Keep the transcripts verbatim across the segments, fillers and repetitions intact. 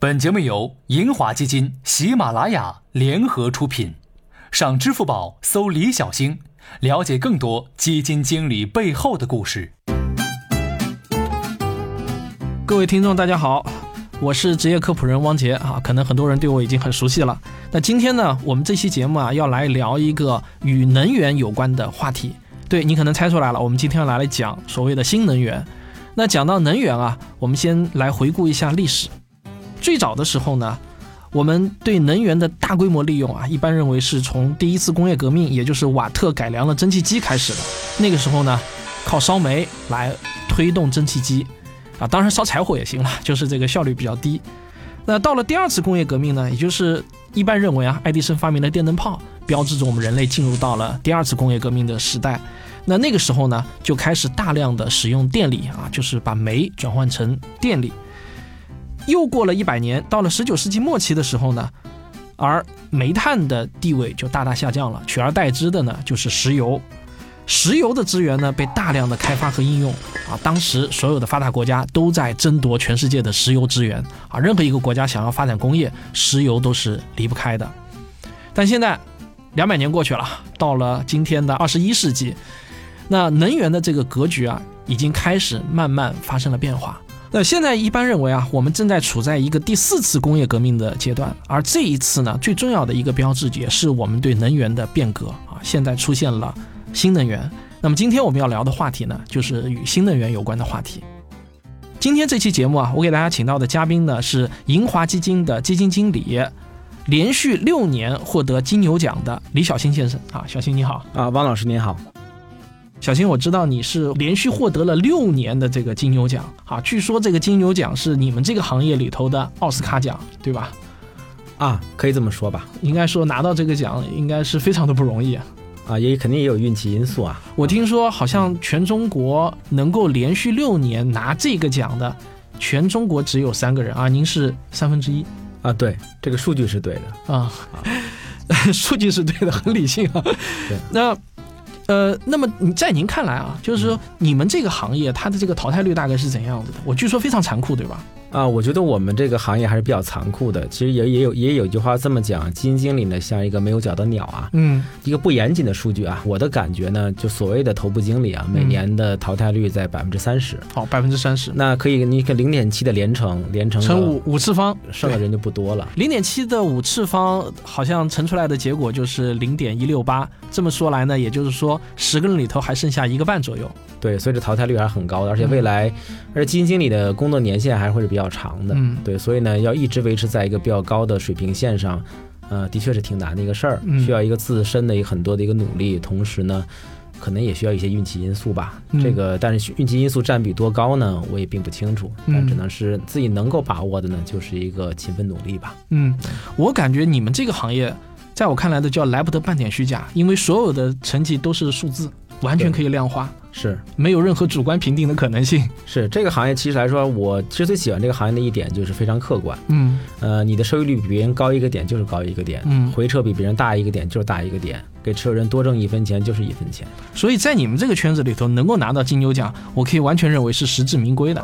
本节目由银华基金、喜马拉雅联合出品。上支付宝搜李小星，了解更多基金经理背后的故事。 各位听众大家好，我是职业科普人汪杰啊，可能很多人对我已经很熟悉了。那今天呢，我们这期节目啊，要来聊一个与能源有关的话题。对，你可能猜出来了，我们今天要来讲所谓的新能源。那讲到能源啊，我们先来回顾一下历史。最早的时候呢，我们对能源的大规模利用啊，一般认为是从第一次工业革命，也就是瓦特改良了蒸汽机开始的。那个时候呢，靠烧煤来推动蒸汽机啊，当然烧柴火也行了，就是这个效率比较低。那到了第二次工业革命呢，也就是一般认为啊，爱迪生发明了电灯泡，标志着我们人类进入到了第二次工业革命的时代。那那个时候呢，就开始大量的使用电力啊，就是把煤转换成电力。又过了一百年，到了十九世纪末期的时候呢，而煤炭的地位就大大下降了，取而代之的呢就是石油。石油的资源呢被大量的开发和应用啊，当时所有的发达国家都在争夺全世界的石油资源啊，任何一个国家想要发展工业，石油都是离不开的。但现在两百年过去了，到了今天的二十一世纪，那能源的这个格局啊，已经开始慢慢发生了变化。那现在一般认为啊，我们正在处在一个第四次工业革命的阶段，而这一次呢，最重要的一个标志也是我们对能源的变革啊，现在出现了新能源。那么今天我们要聊的话题呢，就是与新能源有关的话题。今天这期节目啊，我给大家请到的嘉宾呢是银华基金的基金经理，连续六年获得金牛奖的李小星先生啊，小星你好啊，汪老师您好。 小星，我知道你是连续获得了六年的这个金牛奖啊，据说这个金牛奖是你们这个行业里头的奥斯卡奖，对吧？ 啊，可以这么说吧。 应该说拿到这个奖应该是非常的不容易啊。 啊，也肯定也有运气因素啊。 我听说好像全中国能够连续六年拿这个奖的，全中国只有三个人啊，您是三分之一啊。对，这个数据是对的啊， 数据是对的，很理性啊。 对， 那。呃，那么你在您看来啊，就是说你们这个行业它的这个淘汰率大概是怎样子的？我据说非常残酷，对吧？ 啊，我觉得我们这个行业还是比较残酷的。其实也也有也有一句话这么讲，基金经理呢像一个没有脚的鸟啊。嗯，一个不严谨的数据啊，我的感觉呢，就所谓的头部经理啊，每年的淘汰率在百分之三十。 好，百分之三十。 那可以，你可零点七的连乘，连乘乘五五次方， 剩的人就不多了。 零点七的五次方，好像乘出来的结果就是零点一六八。这么说来呢，也就是说十个人里头还剩下一个半左右。对， 所以这淘汰率还是很高的，而且未来，嗯、而且基金经理的工作年限还会是比较长的。嗯，对，所以呢，要一直维持在一个比较高的水平线上，呃，的确是挺难的一个事儿，嗯、需要一个自身的一个很多的一个努力，同时呢，可能也需要一些运气因素吧。嗯、这个，但是运气因素占比多高呢，我也并不清楚，但只能是自己能够把握的呢，就是一个勤奋努力吧。 嗯，我感觉你们这个行业，在我看来的叫来不得半点虚假，因为所有的成绩都是数字，完全可以量化。 是没有任何主观评定的可能性。 是这个行业其实来说，我其实最喜欢这个行业的一点就是非常客观。嗯，呃，你的收益率比别人高一个点就是高一个点，嗯，回撤比别人大一个点就是大一个点，给持有人多挣一分钱就是一分钱。 所以在你们这个圈子里头，能够拿到金牛奖，我可以完全认为是实至名归的。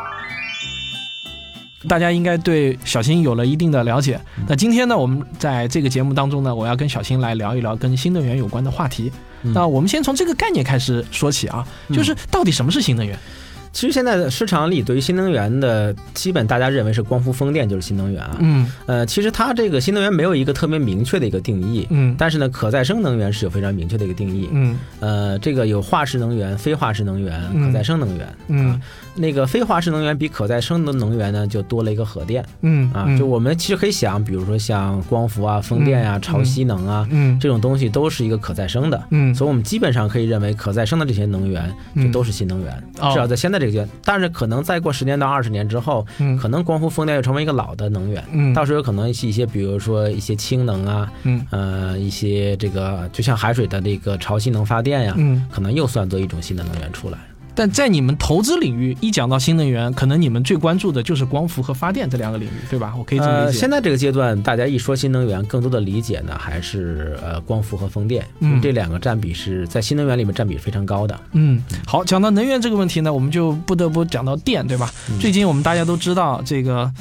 大家应该对小星有了一定的了解。那今天呢，我们在这个节目当中呢，我要跟小星来聊一聊跟新能源有关的话题。嗯、那我们先从这个概念开始说起啊，就是到底什么是新能源？ 其实现在的市场里对于新能源的基本大家认为是光伏风电就是新能源啊。嗯，呃，其实它这个新能源没有一个特别明确的一个定义。嗯，但是呢，可再生能源是有非常明确的一个定义。嗯，呃，这个有化石能源、非化石能源、可再生能源。嗯，啊、那个非化石能源比可再生的能源呢，就多了一个核电。嗯，啊，就我们其实可以想，比如说像光伏啊、风电啊、嗯、潮汐能啊，嗯，这种东西都是一个可再生的。嗯，所以我们基本上可以认为可再生的这些能源就都是新能源，嗯、至少在现在这个阶段。但是可能再过十年到二十年之后，嗯，可能光伏风电又成为一个老的能源，嗯，到时候有可能一些，比如说一些氢能啊，嗯，呃，一些这个就像海水的这个潮汐能发电呀，嗯，可能又算作一种新的能源出来。 但在你们投资领域，一讲到新能源，可能你们最关注的就是光伏和发电这两个领域，对吧？我可以这么理解。 呃、现在这个阶段，大家一说新能源，更多的理解呢还是呃光伏和风电，嗯，这两个占比是在新能源里面占比非常高的。 嗯，好，讲到能源这个问题呢，我们就不得不讲到电，对吧？嗯、最近我们大家都知道这个。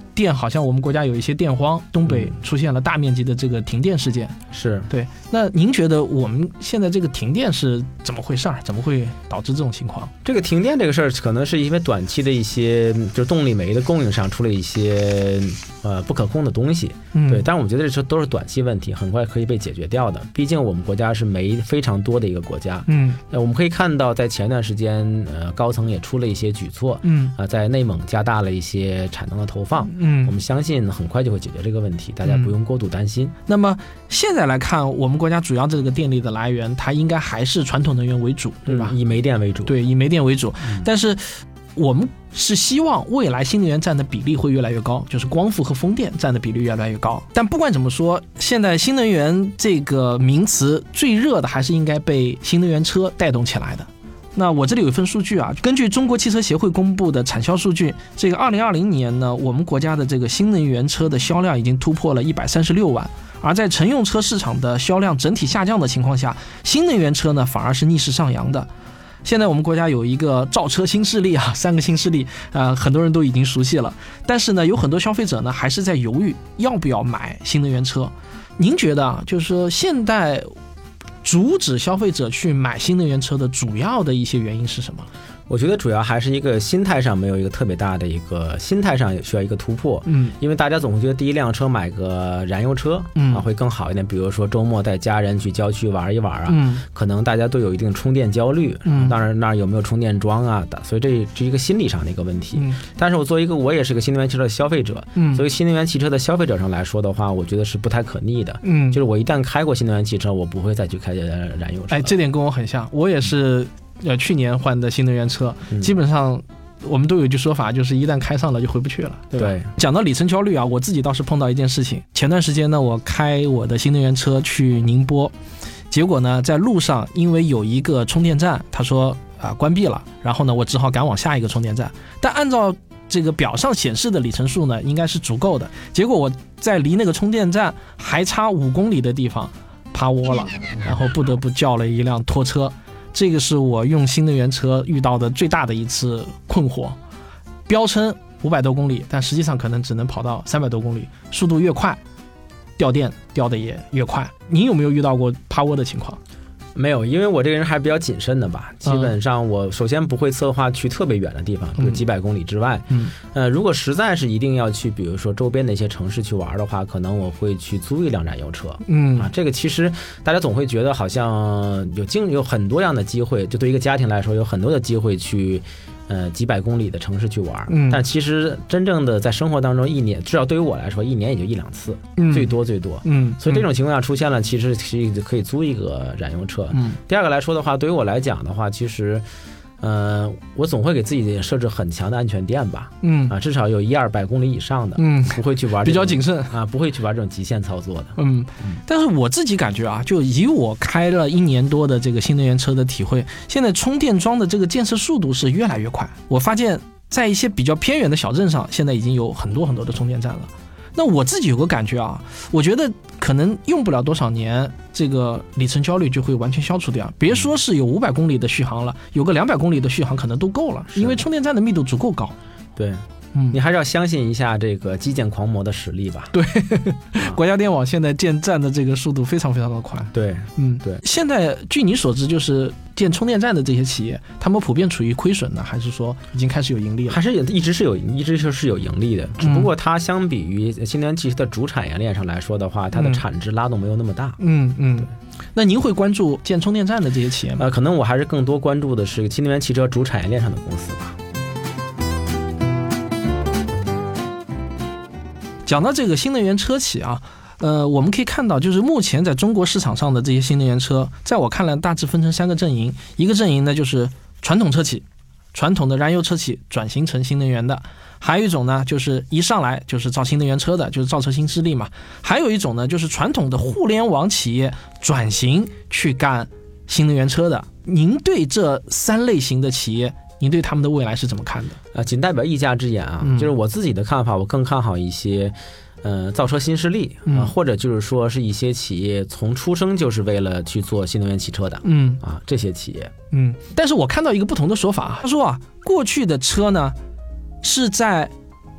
电好像我们国家有一些电荒，东北出现了大面积的这个停电事件。 是对，那您觉得我们现在这个停电是怎么回事儿？怎么会导致这种情况？ 这个停电这个事儿，可能是因为短期的一些就动力煤的供应上出了一些呃不可控的东西，嗯、对。但是我们觉得这都是短期问题，很快可以被解决掉的。毕竟我们国家是煤非常多的一个国家，嗯，呃、我们可以看到，在前段时间，呃，高层也出了一些举措，嗯，啊、呃，在内蒙加大了一些产能的投放，嗯，我们相信很快就会解决这个问题，大家不用过度担心。嗯、 那么现在来看，我们国家主要这个电力的来源，它应该还是传统能源为主，对吧？ 嗯、以煤电为主， 对，以煤电为主。嗯、但是我们是希望未来新能源占的比例会越来越高，就是光伏和风电占的比例越来越高。但不管怎么说，现在新能源这个名词最热的还是应该被新能源车带动起来的。那我这里有一份数据啊，根据中国汽车协会公布的产销数据，这个二零二零年呢，我们国家的这个新能源车的销量已经突破了一百三十六万，而在乘用车市场的销量整体下降的情况下，新能源车呢反而是逆势上扬的。现在我们国家有一个造车新势力啊，三个新势力，呃，很多人都已经熟悉了。但是呢，有很多消费者呢还是在犹豫要不要买新能源车。您觉得啊，就是说现在阻止消费者去买新能源车的主要的一些原因是什么？ 我觉得主要还是一个心态上没有一个特别大的一个心态上也需要一个突破，嗯，因为大家总会觉得第一辆车买个燃油车，嗯啊会更好一点，比如说周末带家人去郊区玩一玩啊，嗯，可能大家都有一定充电焦虑，嗯，当然那儿有没有充电桩啊，所以这是一个心理上的一个问题。嗯，但是我作为一个我也是个新能源汽车的消费者，嗯，所以新能源汽车的消费者上来说的话，我觉得是不太可逆的，嗯，就是我一旦开过新能源汽车，我不会再去开燃油车。 哎，这点跟我很像，我也是。呃，去年换的新能源车，嗯、基本上我们都有一句说法，就是一旦开上了就回不去了，对吧？对。讲到里程焦虑啊，我自己倒是碰到一件事情。前段时间呢，我开我的新能源车去宁波，结果呢，在路上因为有一个充电站，他说啊、呃、关闭了，然后呢，我只好赶往下一个充电站。但按照这个表上显示的里程数呢，应该是足够的。结果我在离那个充电站还差五公里的地方趴窝了，然后不得不叫了一辆拖车。这个是我用新能源车遇到的最大的一次困惑，标称五百多公里，但实际上可能只能跑到三百多公里，速度越快，掉电掉的也越快。您有没有遇到过趴窝的情况？ 没有，因为我这个人还比较谨慎的吧，基本上我首先不会策划去特别远的地方，比如几百公里之外。嗯，呃，如果实在是一定要去，比如说周边的一些城市去玩的话，可能我会去租一辆燃油车。嗯，啊，这个其实大家总会觉得好像有经有很多样的机会，就对一个家庭来说，有很多的机会去。呃，几百公里的城市去玩，嗯，但其实真正的在生活当中，一年至少对于我来说，一年也就一两次，嗯，最多最多，嗯，所以这种情况下出现了，其实是可以租一个燃油车。嗯，第二个来说的话，对于我来讲的话，其实。呃，我总会给自己设置很强的安全垫吧，嗯啊，至少有一二百公里以上的，嗯，不会去玩比较谨慎啊，不会去玩这种极限操作的， 嗯，嗯但是我自己感觉啊，就以我开了一年多的这个新能源车的体会，现在充电桩的这个建设速度是越来越快。我发现，在一些比较偏远的小镇上，现在已经有很多很多的充电站了。那我自己有个感觉啊，我觉得可能用不了多少年，这个里程焦虑就会完全消除掉。别说是有五百公里的续航了，有个两百公里的续航可能都够了，因为充电站的密度足够高。 对。嗯，你还是要相信一下这个基建狂魔的实力吧。 对，国家电网现在建站的这个速度非常非常的快。 对， 嗯，对。现在据你所知，就是建充电站的这些企业，他们普遍处于亏损呢，还是说已经开始有盈利了？ 还是一直是有，一直是有盈利的。只不过它相比于新能源汽车的主产业链上来说的话，它的产值拉动没有那么大。 嗯嗯。那您会关注建充电站的这些企业吗？ 呃，可能我还是更多关注的是新能源汽车主产业链上的公司吧。 讲到这个新能源车企啊，呃，我们可以看到，就是目前在中国市场上的这些新能源车，在我看来大致分成三个阵营。一个阵营呢，就是传统车企，传统的燃油车企转型成新能源的；还有一种呢，就是一上来就是造新能源车的，就是造车新势力嘛；还有一种呢，就是传统的互联网企业转型去干新能源车的。您对这三类型的企业，您对他们的未来是怎么看的？ 呃，仅代表一家之言啊，嗯、就是我自己的看法，我更看好一些，呃，造车新势力啊、呃嗯，或者就是说是一些企业从出生就是为了去做新能源汽车的，嗯啊，这些企业， 嗯。但是我看到一个不同的说法，他说啊，过去的车呢是在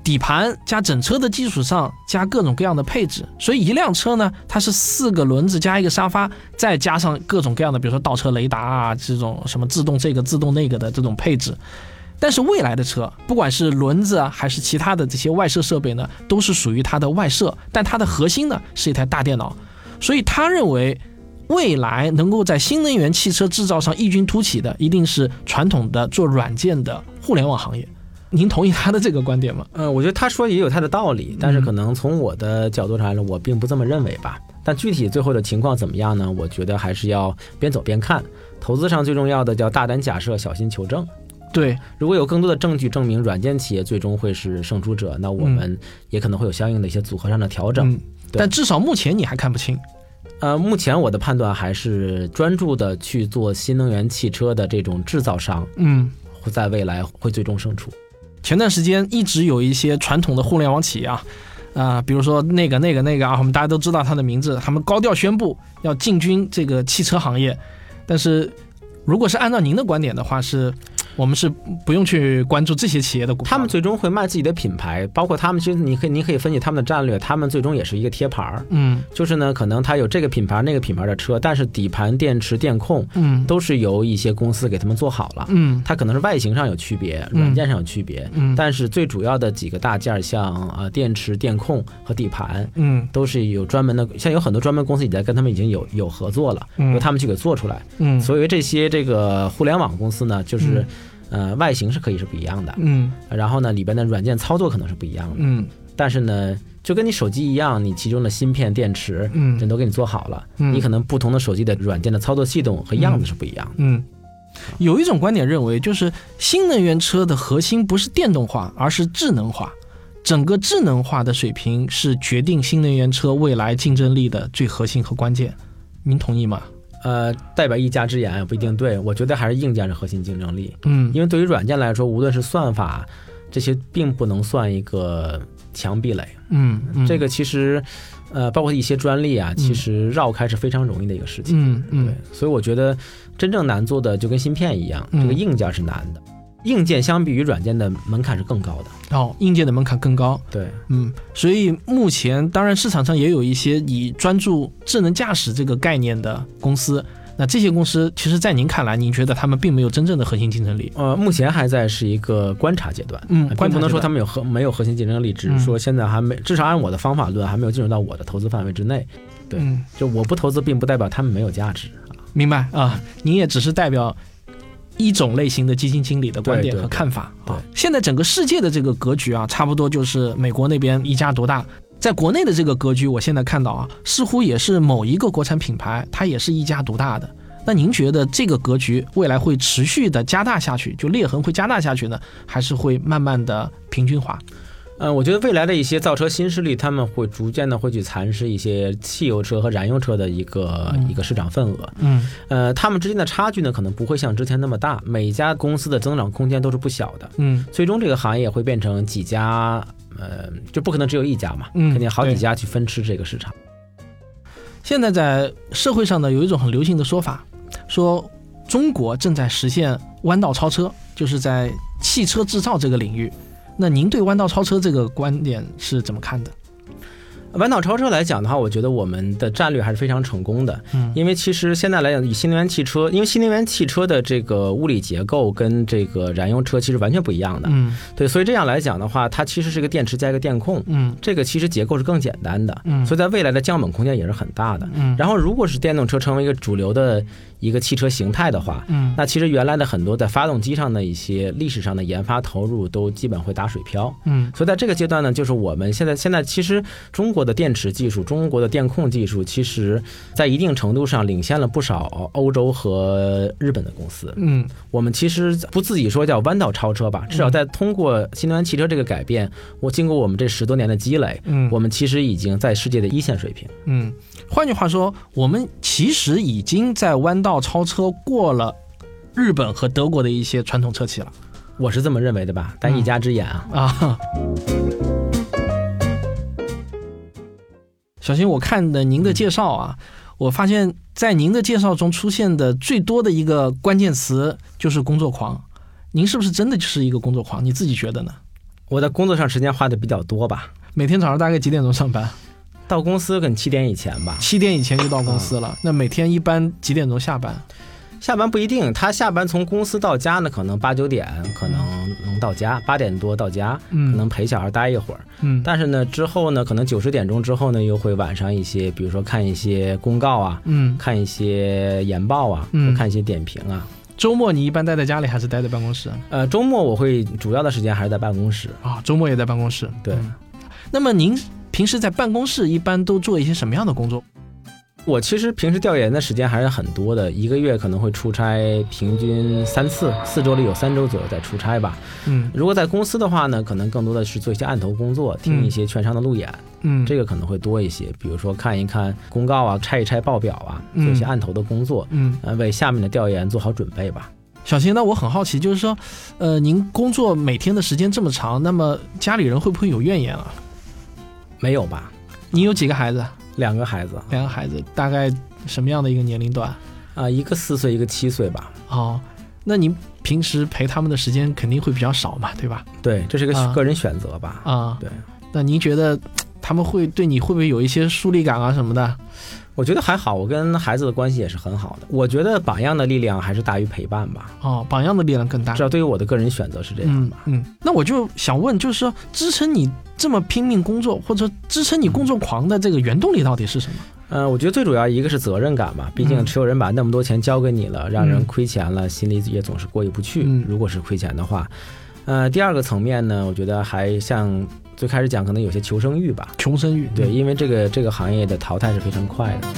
底盘加整车的基础上加各种各样的配置，所以一辆车呢，它是四个轮子加一个沙发，再加上各种各样的，比如说倒车雷达啊，这种什么自动这个自动那个的这种配置。但是未来的车，不管是轮子啊，还是其他的这些外设设备呢，都是属于它的外设，但它的核心呢是一台大电脑。所以他认为，未来能够在新能源汽车制造上异军突起的，一定是传统的做软件的互联网行业。您同意他的这个观点吗？ 呃，我觉得他说也有他的道理，但是可能从我的角度上来说，我并不这么认为吧。但具体最后的情况怎么样呢？我觉得还是要边走边看。投资上最重要的叫大胆假设，小心求证。 对， 如果有更多的证据证明软件企业最终会是胜出者，那我们也可能会有相应的一些组合上的调整。嗯、 但至少目前你还看不清。 呃，目前我的判断还是专注的去做新能源汽车的这种制造商，嗯，会在未来会最终胜出。 前段时间一直有一些传统的互联网企业啊，啊、呃，比如说那个那个那个啊，我们大家都知道它的名字，他们高调宣布要进军这个汽车行业。但是，如果是按照您的观点的话，是我们是不用去关注这些企业的股票， 他们最终会卖自己的品牌，包括他们其实你可以你可以分析他们的战略，他们最终也是一个贴牌，嗯，就是呢，可能他有这个品牌那个品牌的车，但是底盘、电池、电控，嗯，都是由一些公司给他们做好了，嗯，它可能是外形上有区别，软件上有区别，嗯，但是最主要的几个大件，像呃电池、电控和底盘，嗯，都是有专门的，像有很多专门公司已经跟他们已经有有合作了，由他们去给做出来，嗯，所以这些这个互联网公司呢，就是。嗯呃，外形是可以是不一样的，嗯，然后呢，里边的软件操作可能是不一样的，嗯，但是呢，就跟你手机一样，你其中的芯片、电池，嗯，人都给你做好了，嗯，你可能不同的手机的软件的操作系统和样子是不一样的， 嗯，有一种观点认为，就是新能源车的核心不是电动化，而是智能化，整个智能化的水平是决定新能源车未来竞争力的最核心和关键，您同意吗？ 呃，代表一家之言不一定对，我觉得还是硬件是核心竞争力。嗯，因为对于软件来说，无论是算法这些，并不能算一个强壁垒。嗯，嗯这个其实，呃，包括一些专利啊，其实绕开是非常容易的一个事情。嗯嗯，对，所以我觉得真正难做的就跟芯片一样，这个硬件是难的。硬件相比于软件的门槛是更高的哦，硬件的门槛更高。 对， 嗯，所以目前当然市场上也有一些以专注智能驾驶这个概念的公司，那这些公司其实在您看来，您觉得他们并没有真正的核心竞争力？ 呃，目前还在是一个观察阶段，嗯，并不能说他们有核没有核心竞争力，只是说现在还没，至少按我的方法论，还没有进入到我的投资范围之内。对，嗯、就我不投资，并不代表他们没有价值。 明白啊，您也只是代表一种类型的基金经理的观点和看法。 对，对对， 现在整个世界的这个格局啊，差不多就是美国那边一家独大。在国内的这个格局，我现在看到啊，似乎也是某一个国产品牌，它也是一家独大的。那您觉得这个格局未来会持续的加大下去，就裂痕会加大下去呢，还是会慢慢的平均化？ 嗯，我觉得未来的一些造车新势力，他们会逐渐的会去蚕食一些汽油车和燃油车的一个、嗯、一个市场份额。嗯，呃，他们之间的差距呢，可能不会像之前那么大，每一家公司的增长空间都是不小的。嗯，最终这个行业会变成几家，呃，就不可能只有一家嘛，嗯、肯定好几家去分吃这个市场。 现在在社会上呢，有一种很流行的说法，说中国正在实现弯道超车，就是在汽车制造这个领域。那您对弯道超车这个观点是怎么看的？ 弯道超车来讲的话，我觉得我们的战略还是非常成功的。嗯，因为其实现在来讲，以新能源汽车，因为新能源汽车的这个物理结构跟这个燃油车其实完全不一样的。嗯，对，所以这样来讲的话，它其实是一个电池加一个电控。嗯，这个其实结构是更简单的。嗯，所以在未来的降本空间也是很大的。嗯，然后如果是电动车成为一个主流的一个汽车形态的话，嗯，那其实原来的很多在发动机上的一些历史上的研发投入都基本会打水漂。嗯，所以在这个阶段呢，就是我们现在现在其实中国的电池技术、中国的电控技术，其实在一定程度上领先了不少欧洲和日本的公司。嗯，我们其实不自己说叫弯道超车吧，至少在通过新能源汽车这个改变，我经过我们这十多年的积累，嗯，我们其实已经在世界的一线水平。 嗯，换句话说，我们其实已经在弯道超车过了日本和德国的一些传统车企了。 我是这么认为的吧，但一家之言啊。嗯、啊。 小新，我看的您的介绍啊，我发现在您的介绍中出现的最多的一个关键词就是工作狂。您是不是真的就是一个工作狂？你自己觉得呢？ 我在工作上时间花的比较多吧。 每天早上大概几点钟上班？ 到公司跟七点以前吧。 七点以前就到公司了、嗯、那每天一般几点钟下班？ 下班不一定，他下班从公司到家呢，可能八九点可能能到家，八点多到家、嗯、可能陪小孩待一会儿。嗯，但是呢之后呢，可能九十点钟之后呢，又会晚上一些，比如说看一些公告啊，嗯，看一些研报啊，嗯，看一些点评啊。 周末你一般待在家里还是待在办公室？ 呃，周末我会主要的时间还是在办公室啊，周末也在办公室。 对、嗯。 那么您平时在办公室一般都做一些什么样的工作？ 我其实平时调研的时间还是很多的，一个月可能会出差平均三次，四周里有三周左右在出差吧。嗯，如果在公司的话呢，可能更多的是做一些案头工作，听一些券商的路演，嗯，这个可能会多一些。比如说看一看公告啊，拆一拆报表啊，做一些案头的工作，嗯，呃，为下面的调研做好准备吧。 小新，那我很好奇，就是说，呃，您工作每天的时间这么长，那么家里人会不会有怨言啊？ 没有吧？ 你有几个孩子？ 两个孩子， 两个孩子，大概什么样的一个年龄段？ 啊，一个四岁，一个七岁吧。 哦，那你平时陪他们的时间肯定会比较少嘛，对吧？ 对，这是个个人选择吧。 啊， 对。 那您觉得他们会对你会不会有一些疏离感啊什么的？ 我觉得还好，我跟孩子的关系也是很好的。我觉得榜样的力量还是大于陪伴吧。 哦，榜样的力量更大。 至少对于我的个人选择是这样吧。 嗯，嗯那我就想问，就是说支撑你这么拼命工作，或者支撑你工作狂的这个原动力到底是什么？ 呃，我觉得最主要一个是责任感吧，毕竟持有人把那么多钱交给你了，嗯、让人亏钱了，心里也总是过意不去。嗯、如果是亏钱的话，呃，第二个层面呢，我觉得还像最开始讲，可能有些求生欲吧。 求生欲， 对，因为这个这个行业的淘汰是非常快的。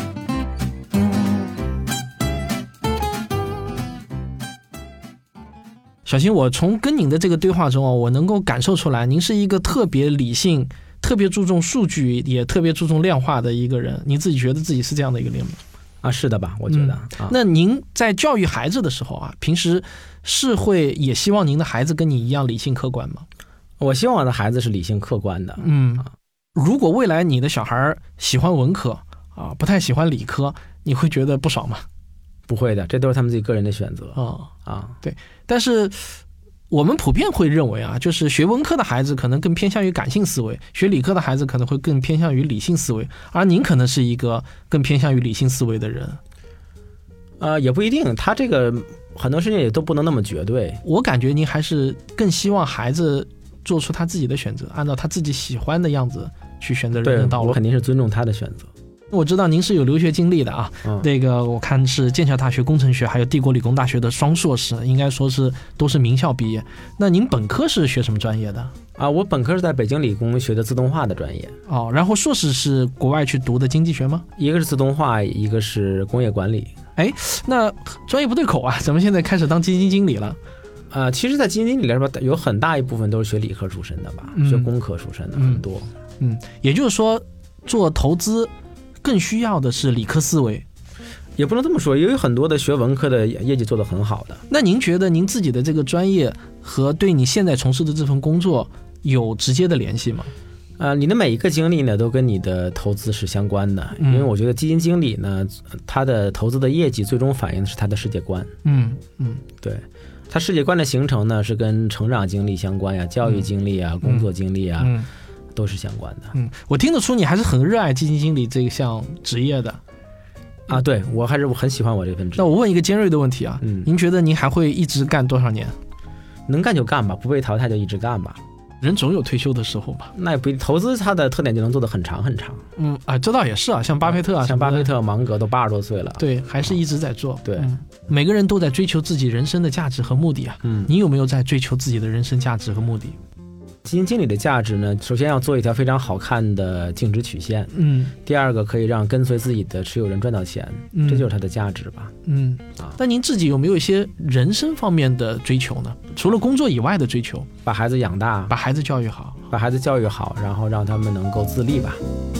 小新，我从跟您的这个对话中，我能够感受出来，您是一个特别理性、特别注重数据，也特别注重量化的一个人。您自己觉得自己是这样的一个人吗？ 啊，是的吧？我觉得。 嗯啊、那您在教育孩子的时候啊，平时是会也希望您的孩子跟你一样理性客观吗？ 我希望我的孩子是理性客观的。 嗯，如果未来你的小孩喜欢文科啊，不太喜欢理科，你会觉得不爽吗？ 不会的，这都是他们自己个人的选择。 啊啊，对。但是我们普遍会认为啊，就是学文科的孩子可能更偏向于感性思维，学理科的孩子可能会更偏向于理性思维，而您可能是一个更偏向于理性思维的人。 呃，也不一定，他这个很多事情也都不能那么绝对。 我感觉您还是更希望孩子做出他自己的选择，按照他自己喜欢的样子去选择人生道路。 对，我肯定是尊重他的选择。 我知道您是有留学经历的啊，嗯、那个我看是剑桥大学工程学还有帝国理工大学的双硕士，应该说是都是名校毕业。那您本科是学什么专业的？ 啊，我本科是在北京理工学的自动化的专业。 哦，然后硕士是国外去读的经济学吗？ 一个是自动化，一个是工业管理。 哎，那专业不对口啊，怎么现在开始当基金经理了？ 呃，其实在基金经理来说，有很大一部分都是学理科出身的吧，嗯、学工科出身的很多。 嗯，嗯也就是说做投资更需要的是理科思维。 也不能这么说，也有很多的学文科的业绩做得很好的。 那您觉得您自己的这个专业和对你现在从事的这份工作有直接的联系吗？ 呃，你的每一个经历呢，都跟你的投资是相关的，因为我觉得基金经理呢，他的投资的业绩最终反映的是他的世界观。 嗯嗯， 对，他世界观的形成呢，是跟成长经历相关呀，教育经历啊，嗯、工作经历啊。嗯都是相关的。 嗯，我听得出你还是很热爱基金经理这项职业的。 啊，对，我还是我很喜欢我这份职业。 那我问一个尖锐的问题啊，嗯，您觉得您还会一直干多少年？ 能干就干吧，不被淘汰就一直干吧。 人总有退休的时候吧。 那也不，投资它的特点就能做得很长很长。 嗯啊，这倒也是啊，像巴菲特啊， 像巴菲特、芒格都八十多岁了， 对，还是一直在做。 对、 嗯，每个人都在追求自己人生的价值和目的啊。嗯，你有没有在追求自己的人生价值和目的？ 基金经理的价值呢，首先要做一条非常好看的净值曲线，嗯，第二个可以让跟随自己的持有人赚到钱，嗯，这就是它的价值吧。 嗯啊，那您自己有没有一些人生方面的追求呢？除了工作以外的追求？ 把孩子养大， 把孩子教育好， 把孩子教育好，然后让他们能够自立吧。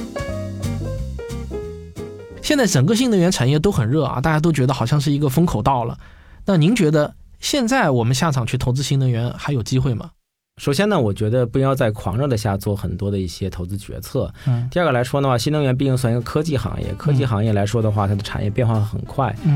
现在整个新能源产业都很热啊，大家都觉得好像是一个风口到了。那您觉得现在我们下场去投资新能源还有机会吗？ 首先呢，我觉得不要在狂热的下做很多的一些投资决策。嗯，第二个来说的话，新能源毕竟算一个科技行业，科技行业来说的话，它的产业变化很快。嗯，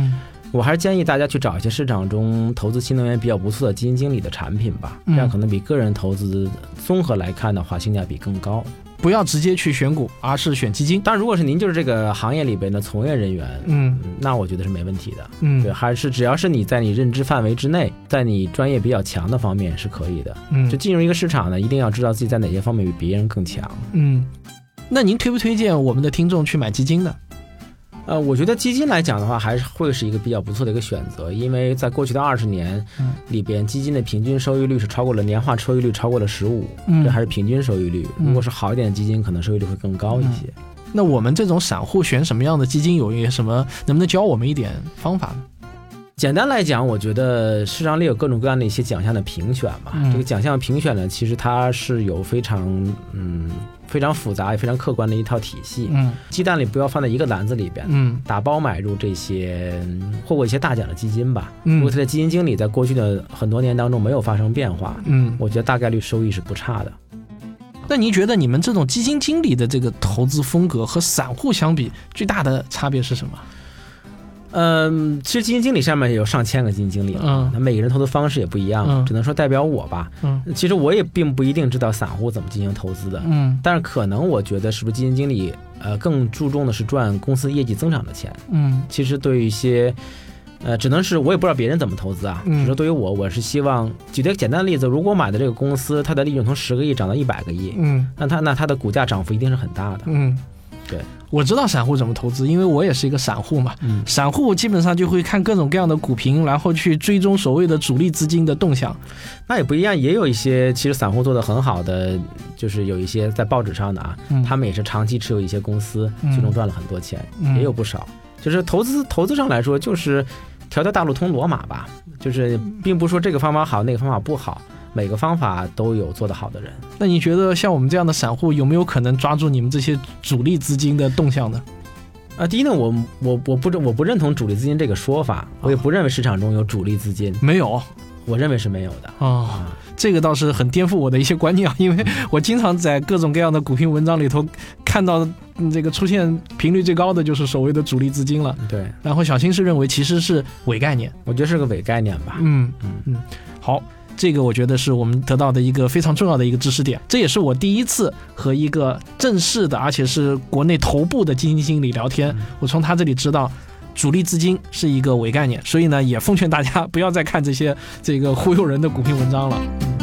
我还是建议大家去找一些市场中投资新能源比较不错的基金经理的产品吧，这样可能比个人投资综合来看的话性价比更高。 不要直接去选股，而是选基金。 当然如果是您就是这个行业里边的从业人员， 嗯， 那我觉得是没问题的。 嗯， 对，还是只要是你在你认知范围之内，在你专业比较强的方面是可以的。嗯，就进入一个市场呢，一定要知道自己在哪些方面比别人更强。 嗯，那您推不推荐我们的听众去买基金呢？ 呃，我觉得基金来讲的话，还是会是一个比较不错的一个选择，因为在过去的二十年里边，基金的平均收益率是超过了年化收益率超过了十五，这还是平均收益率。如果是好一点的基金，可能收益率会更高一些。嗯、 那我们这种散户选什么样的基金，有一些什么，能不能教我们一点方法呢？ 简单来讲，我觉得市场里有各种各样的一些奖项的评选嘛。嗯、这个奖项评选呢，其实它是有非常嗯非常复杂也非常客观的一套体系。嗯，鸡蛋里不要放在一个篮子里边。嗯，打包买入这些获过一些大奖的基金吧。嗯，如果它的基金经理在过去的很多年当中没有发生变化，嗯，我觉得大概率收益是不差的。 那您觉得你们这种基金经理的这个投资风格和散户相比，最大的差别是什么？ 嗯，其实基金经理上面也有上千个基金经理了，嗯，那每个人投资方式也不一样，嗯，只能说代表我吧，嗯，其实我也并不一定知道散户怎么进行投资的，嗯，但是可能我觉得是不是基金经理呃更注重的是赚公司业绩增长的钱，嗯，其实对于一些呃只能是我也不知道别人怎么投资啊，嗯，只是对于我我是希望举个简单的例子，如果买的这个公司它的利润从十个亿涨到一百个亿，嗯，那它那它的股价涨幅一定是很大的，嗯。对， 我知道散户怎么投资，因为我也是一个散户嘛。嗯，散户基本上就会看各种各样的股评，然后去追踪所谓的主力资金的动向。 那也不一样，也有一些其实散户做的很好的，就是有一些在报纸上的啊，嗯、他们也是长期持有一些公司，最终赚了很多钱，嗯、也有不少。就是投资投资上来说，就是条条大路通罗马吧，就是并不是说这个方法好，那个方法不好。每个方法都有做得好的人。 那你觉得像我们这样的散户有没有可能抓住你们这些主力资金的动向呢？ 啊，第一呢，我我我不我不认同主力资金这个说法，我也不认为市场中有主力资金， 没有， 我认为是没有的啊、哦。这个倒是很颠覆我的一些观念，因为我经常在各种各样的股评文章里头看到这个出现频率最高的就是所谓的主力资金了。 对， 然后小新是认为其实是伪概念， 我觉得是个伪概念吧。 嗯嗯嗯，好。这个我觉得是我们得到的一个非常重要的一个知识点，这也是我第一次和一个正式的而且是国内头部的基金经理聊天，我从他这里知道主力资金是一个伪概念，所以呢也奉劝大家不要再看这些这个忽悠人的股评文章了。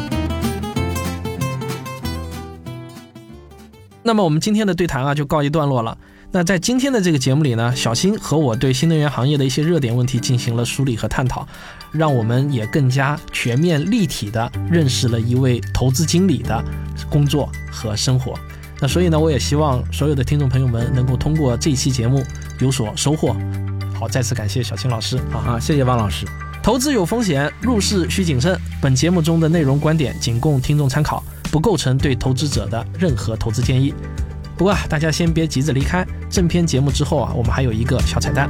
那么我们今天的对谈啊就告一段落了。那在今天的这个节目里呢，小新和我对新能源行业的一些热点问题进行了梳理和探讨，让我们也更加全面立体的认识了一位投资经理的工作和生活。那所以呢，我也希望所有的听众朋友们能够通过这一期节目有所收获。好，再次感谢小新老师啊，啊谢谢汪老师。 投资有风险，入市需谨慎。本节目中的内容观点仅供听众参考，不构成对投资者的任何投资建议。不过啊，大家先别急着离开，正片节目之后啊，我们还有一个小彩蛋。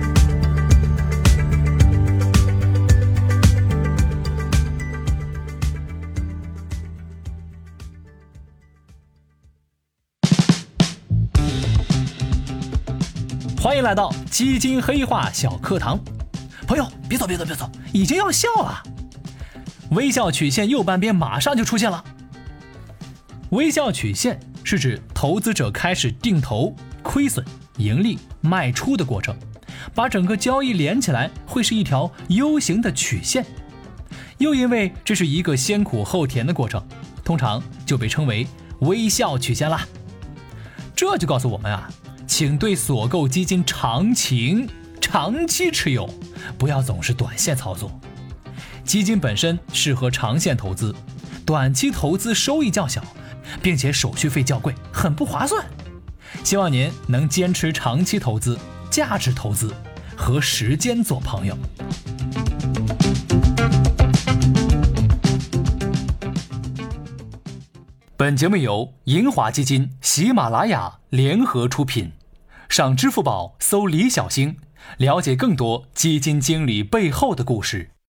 欢迎来到基金黑话小课堂。朋友，别走别走别走，已经要笑了。微笑曲线右半边马上就出现了。微笑曲线是指投资者开始定投、亏损、盈利、卖出的过程，把整个交易连起来会是一条 U 型的曲线。又因为这是一个先苦后甜的过程，通常就被称为微笑曲线啦。这就告诉我们啊，请对锁购基金长情、长期持有，不要总是短线操作。基金本身适合长线投资，短期投资收益较小，并且手续费较贵，很不划算。希望您能坚持长期投资、价值投资，和时间做朋友。本节目由银华基金、喜马拉雅联合出品。上支付宝搜李小星，了解更多基金经理背后的故事。